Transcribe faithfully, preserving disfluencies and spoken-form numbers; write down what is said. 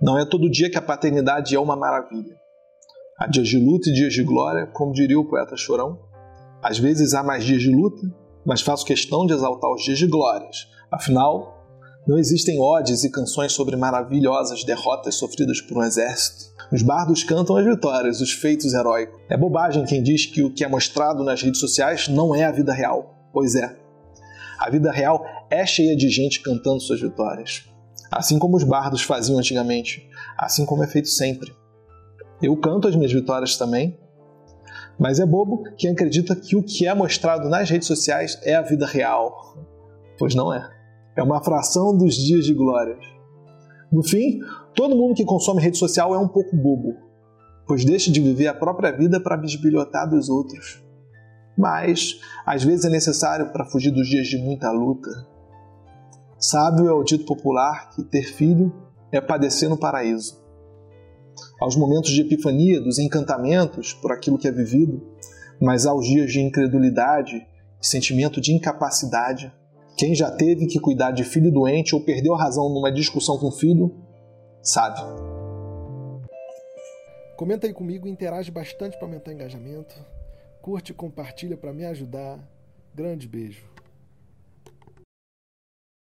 Não é todo dia que a paternidade é uma maravilha. Há dias de luta e dias de glória, como diria o poeta Chorão. Às vezes há mais dias de luta, mas faço questão de exaltar os dias de glórias. Afinal, não existem odes e canções sobre maravilhosas derrotas sofridas por um exército. Os bardos cantam as vitórias, os feitos heróicos. É bobagem quem diz que o que é mostrado nas redes sociais não é a vida real. Pois é. A vida real é cheia de gente cantando suas vitórias. Assim como os bardos faziam antigamente. Assim como é feito sempre. Eu canto as minhas vitórias também. Mas é bobo quem acredita que o que é mostrado nas redes sociais é a vida real. Pois não é. É uma fração dos dias de glória. No fim, todo mundo que consome rede social é um pouco bobo, pois deixa de viver a própria vida para bisbilhotar dos outros. Mas, às vezes é necessário para fugir dos dias de muita luta. Sábio é o dito popular que ter filho é padecer no paraíso. Aos momentos de epifania, dos encantamentos por aquilo que é vivido, mas aos dias de incredulidade e sentimento de incapacidade. Quem já teve que cuidar de filho doente ou perdeu a razão numa discussão com o filho, sabe. Comenta aí comigo e interage bastante para aumentar o engajamento. Curte e compartilha para me ajudar. Grande beijo.